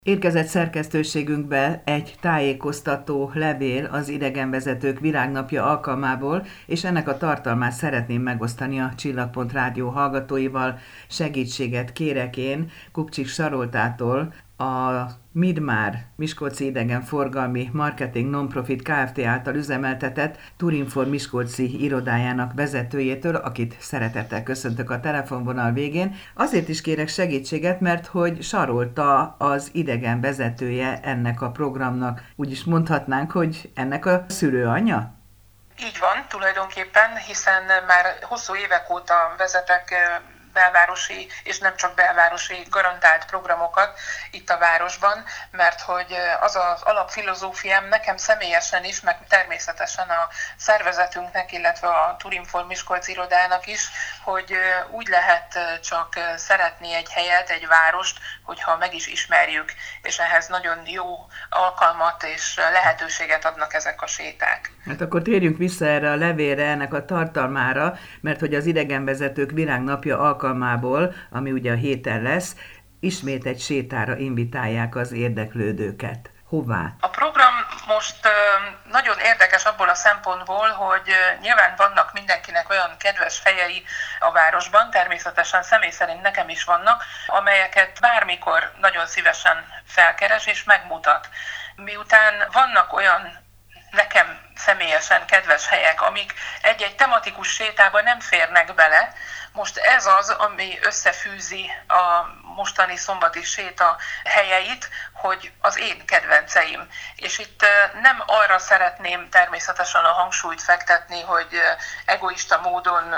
Érkezett szerkesztőségünkbe egy tájékoztató levél az Idegenvezetők Világnapja alkalmából, és ennek a tartalmát szeretném megosztani a Csillagpont Rádió hallgatóival. Segítséget kérek én Kupcsik Saroltától, a Midmar Miskolci Idegenforgalmi Marketing Nonprofit Kft. Által üzemeltetett Turinform Miskolci irodájának vezetőjétől, akit szeretettel köszöntök a telefonvonal végén. Azért is kérek segítséget, mert hogy Sarolta az idegen vezetője ennek a programnak. Úgy is mondhatnánk, hogy ennek a szülőanyja? Így van, tulajdonképpen, hiszen már hosszú évek óta vezetek belvárosi és nem csak belvárosi garantált programokat itt a városban, mert hogy az az alapfilozófiám nekem személyesen is, meg természetesen a szervezetünknek, illetve a Turinform Miskolci irodának is, hogy úgy lehet csak szeretni egy helyet, egy várost, hogyha meg is ismerjük, és ehhez nagyon jó alkalmat és lehetőséget adnak ezek a séták. Hát akkor térjünk vissza erre a levélre, ennek a tartalmára, mert hogy az Idegenvezetők Világnapja alkalmából, ami ugye a héten lesz, ismét egy sétára invitálják az érdeklődőket. Hová? A program most nagyon érdekes abból a szempontból, hogy nyilván vannak mindenkinek olyan kedves helyei a városban, természetesen személy szerint nekem is vannak, amelyeket bármikor nagyon szívesen felkeres és megmutat. Miután vannak olyan nekem személyesen kedves helyek, amik egy-egy tematikus sétában nem férnek bele. Most ez az, ami összefűzi a mostani szombati séta helyeit, hogy az én kedvenceim. És itt nem arra szeretném természetesen a hangsúlyt fektetni, hogy egoista módon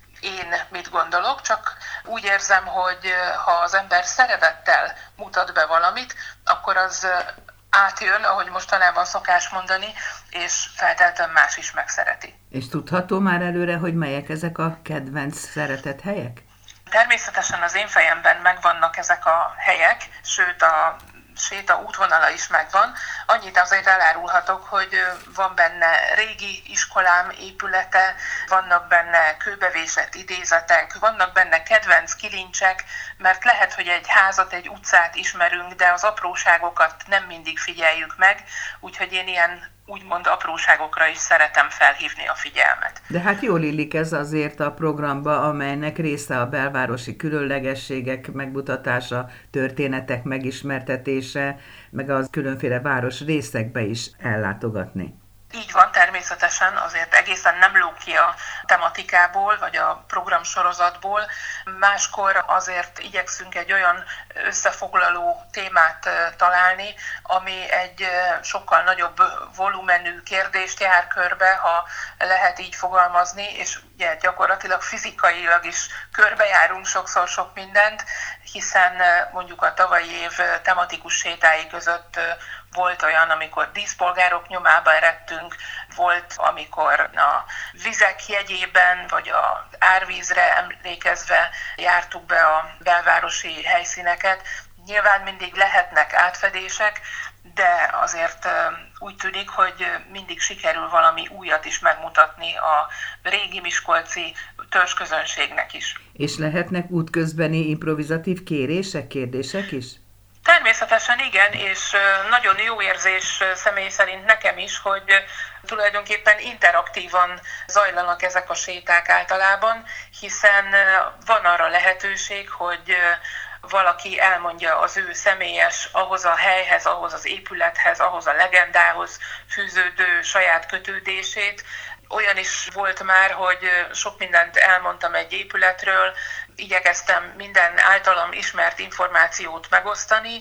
én mit gondolok, csak úgy érzem, hogy ha az ember szeretettel mutat be valamit, akkor az átjön, ahogy mostanában szokás mondani, és feltétlenül más is megszereti. És tudható már előre, hogy melyek ezek a kedvenc szeretett helyek? Természetesen az én fejemben megvannak ezek a helyek, sőt a séta útvonala is megvan. Annyit azért elárulhatok, hogy van benne régi iskolám épülete, vannak benne kőbevésett idézetek, vannak benne kedvenc kilincsek, mert lehet, hogy egy házat, egy utcát ismerünk, de az apróságokat nem mindig figyeljük meg, úgyhogy én ilyen úgymond apróságokra is szeretem felhívni a figyelmet. De hát jól illik ez azért a programba, amelynek része a belvárosi különlegességek megmutatása, történetek megismertetése, meg az különféle város részekbe is ellátogatni. Így van, természetesen azért egészen nem lóg ki a tematikából, vagy a programsorozatból. Máskor azért igyekszünk egy olyan összefoglaló témát találni, ami egy sokkal nagyobb volumenű kérdést jár körbe, ha lehet így fogalmazni, és ugye gyakorlatilag fizikailag is körbejárunk sokszor sok mindent, hiszen mondjuk a tavalyi év tematikus sétái között volt olyan, amikor díszpolgárok nyomába eredtünk, volt, amikor a vizek jegyében, vagy az árvízre emlékezve jártuk be a belvárosi helyszíneket. Nyilván mindig lehetnek átfedések, de azért úgy tűnik, hogy mindig sikerül valami újat is megmutatni a régi miskolci törzsközönségnek is. És lehetnek útközbeni improvizatív kérések, kérdések is? Természetesen igen, és nagyon jó érzés személy szerint nekem is, hogy tulajdonképpen interaktívan zajlanak ezek a séták általában, hiszen van arra lehetőség, hogy valaki elmondja az ő személyes, ahhoz a helyhez, ahhoz az épülethez, ahhoz a legendához fűződő saját kötődését. Olyan is volt már, hogy sok mindent elmondtam egy épületről, igyekeztem minden általam ismert információt megosztani,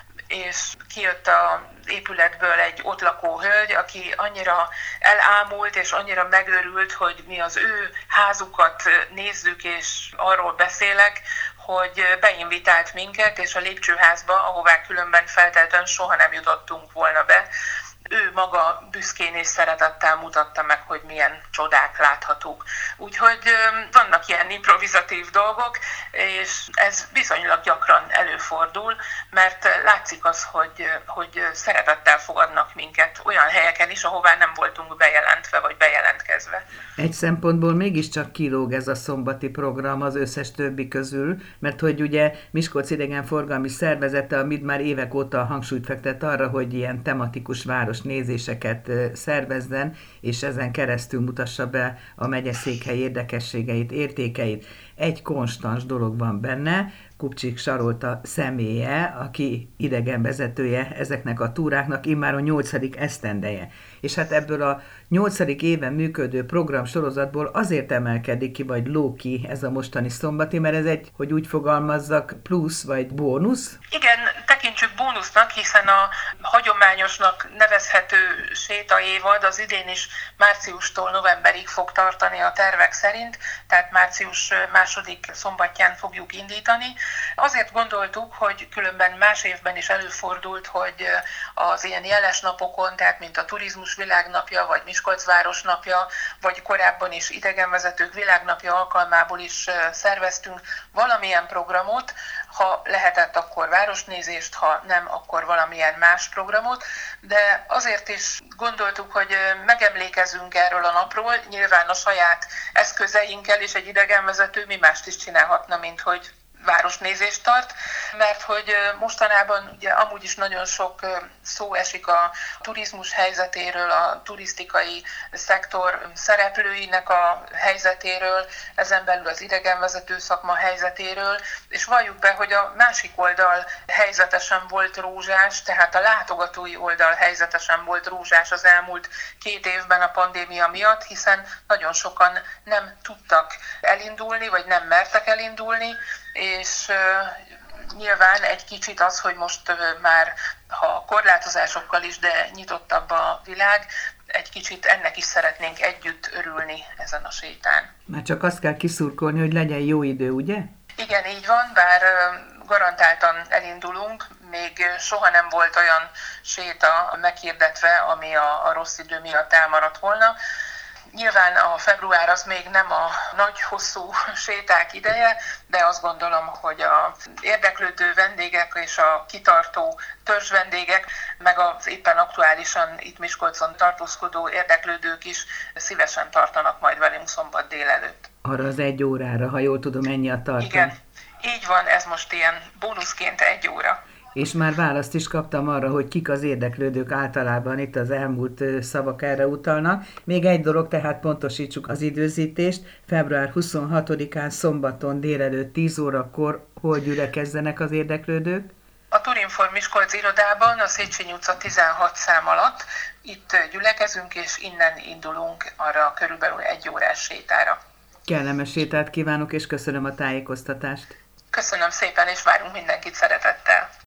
és kijött az épületből egy ott lakó hölgy, aki annyira elámult és annyira megőrült, hogy mi az ő házukat nézzük és arról beszélek, hogy beinvitált minket, és a lépcsőházba, ahová különben feltétlenül soha nem jutottunk volna be, ő maga büszkén és szeretettel mutatta meg, hogy milyen csodák láthatók. Úgyhogy vannak ilyen improvizatív dolgok, és ez bizonylag gyakran előfordul, mert látszik az, hogy szeretettel fogadnak minket olyan helyeken is, ahová nem voltunk bejelentve vagy bejelentkezve. Egy szempontból mégiscsak kilóg ez a szombati program az összes többi közül, mert hogy ugye Miskolc idegenforgalmi szervezete, amit már évek óta hangsúlyt fektet arra, hogy ilyen tematikus városnézéseket szervezzen, és ezen keresztül mutassa be a megyeszékhely érdekességeit, értékeit. Egy konstans dolog van benne, Kupcsik Sarolta személye, aki idegenvezetője ezeknek a túráknak, immáron 8. esztendeje. És hát ebből a 8. éven működő programsorozatból azért emelkedik ki, vagy lóg ki ez a mostani szombati, mert ez egy, hogy úgy fogalmazzak, plusz vagy bónusz? Igen, tekintsük bónusznak, hiszen a hagyományosnak nevezhető sétaévad az idén is márciustól novemberig fog tartani a tervek szerint, tehát március 2. szombatján fogjuk indítani. Azért gondoltuk, hogy különben más évben is előfordult, hogy az ilyen jeles napokon, tehát mint a Turizmus Világnapja, vagy Miskolc Városnapja, vagy korábban is Idegenvezetők Világnapja alkalmából is szerveztünk valamilyen programot, ha lehetett, akkor városnézést, ha nem, akkor valamilyen más programot, de azért is gondoltuk, hogy megemlékezünk erről a napról, nyilván a saját eszközeinkkel, és egy idegenvezető mi mást is csinálhatna, mint hogy városnézést tart, mert hogy mostanában ugye amúgy is nagyon sok szó esik a turizmus helyzetéről, a turisztikai szektor szereplőinek a helyzetéről, ezen belül az idegenvezető szakma helyzetéről, és valljuk be, hogy a másik oldal helyzetesen volt rózsás, tehát a látogatói oldal helyzetesen volt rózsás az elmúlt 2 évben a pandémia miatt, hiszen nagyon sokan nem tudtak elindulni, vagy nem mertek elindulni, és nyilván egy kicsit az, hogy most már, ha korlátozásokkal is, de nyitottabb a világ, egy kicsit ennek is szeretnénk együtt örülni ezen a sétán. Már csak azt kell kiszurkolni, hogy legyen jó idő, ugye? Igen, így van, bár garantáltan elindulunk, még soha nem volt olyan séta meghirdetve, ami a rossz idő miatt elmaradt volna. Nyilván a február az még nem a nagy, hosszú séták ideje, de azt gondolom, hogy az érdeklődő vendégek és a kitartó törzsvendégek, meg az éppen aktuálisan itt Miskolcon tartózkodó érdeklődők is szívesen tartanak majd velünk szombat délelőtt. Arra az 1 órára, ha jól tudom, ennyi a tartalom. Igen, így van, ez most ilyen bónuszként 1 óra. És már választ is kaptam arra, hogy kik az érdeklődők általában, itt az elmúlt szavak erre utalnak. Még egy dolog, tehát pontosítsuk az időzítést. Február 26-án szombaton délelőtt 10 órakor hol gyülekezzenek az érdeklődők? A Turinform Miskolc irodában, a Széchenyi utca 16 szám alatt itt gyülekezünk, és innen indulunk arra körülbelül 1 órás sétára. Kellemes sétát kívánok, és köszönöm a tájékoztatást. Köszönöm szépen, és várunk mindenkit szeretettel.